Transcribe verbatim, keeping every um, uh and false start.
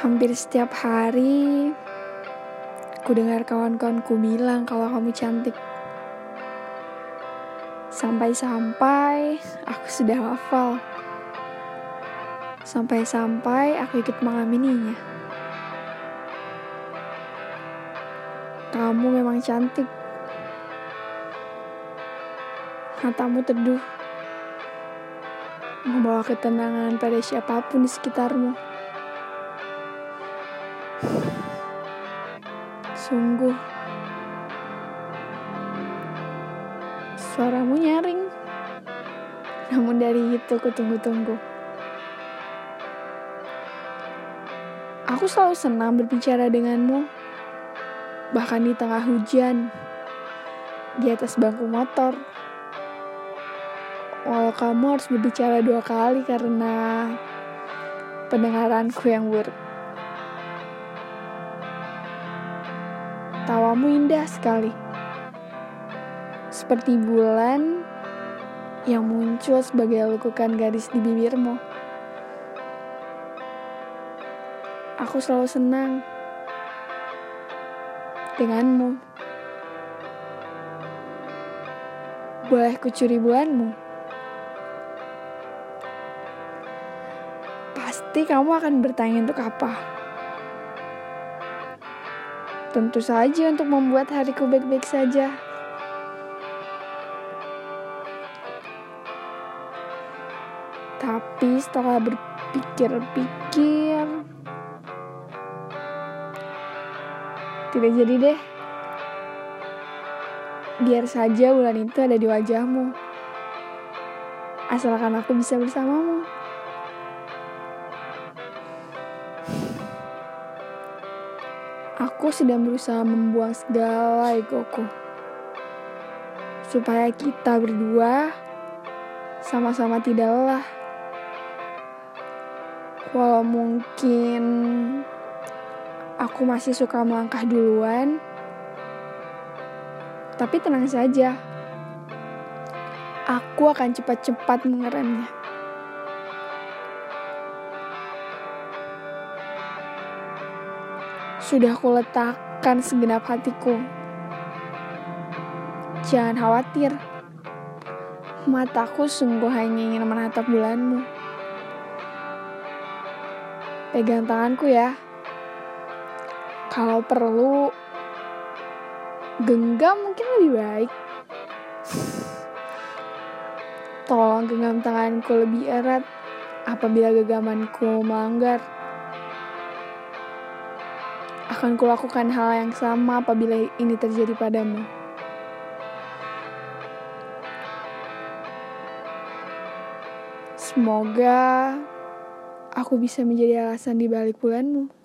Hampir setiap hari, ku dengar kawan-kawanku bilang kalau kamu cantik. Sampai-sampai aku sudah hafal. Sampai-sampai aku ikut mengamininya. Kamu memang cantik. Matamu teduh, membawa ketenangan pada siapapun di sekitarmu. Sungguh, suaramu nyaring. Namun dari itu ku tunggu-tunggu. Aku selalu senang berbicara denganmu, bahkan di tengah hujan, di atas bangku motor. Walau kamu harus berbicara dua kali karena pendengaranku yang buruk. Tawamu indah sekali, seperti bulan yang muncul sebagai lekukan garis di bibirmu. Aku selalu senang denganmu. Boleh kucuri bulanmu? Pasti kamu akan bertanya untuk apa? Tentu saja untuk membuat hariku baik-baik saja. Tapi setelah berpikir-pikir, tidak jadi deh. Biar saja bulan itu ada di wajahmu, asalkan aku bisa bersamamu. Aku sedang berusaha membuang segala egoku, supaya kita berdua sama-sama tidak lelah. Walau mungkin aku masih suka melangkah duluan, tapi tenang saja, aku akan cepat-cepat mengeremnya. Sudah kuletakkan segenap hatiku. Jangan khawatir, mataku sungguh hanya ingin menatap bulanmu. Pegang tanganku ya. Kalau perlu, genggam mungkin lebih baik. Tolong genggam tanganku lebih erat apabila genggamanku melanggar. Akan kulakukan hal yang sama apabila ini terjadi padamu. Semoga aku bisa menjadi alasan di balik bulanmu.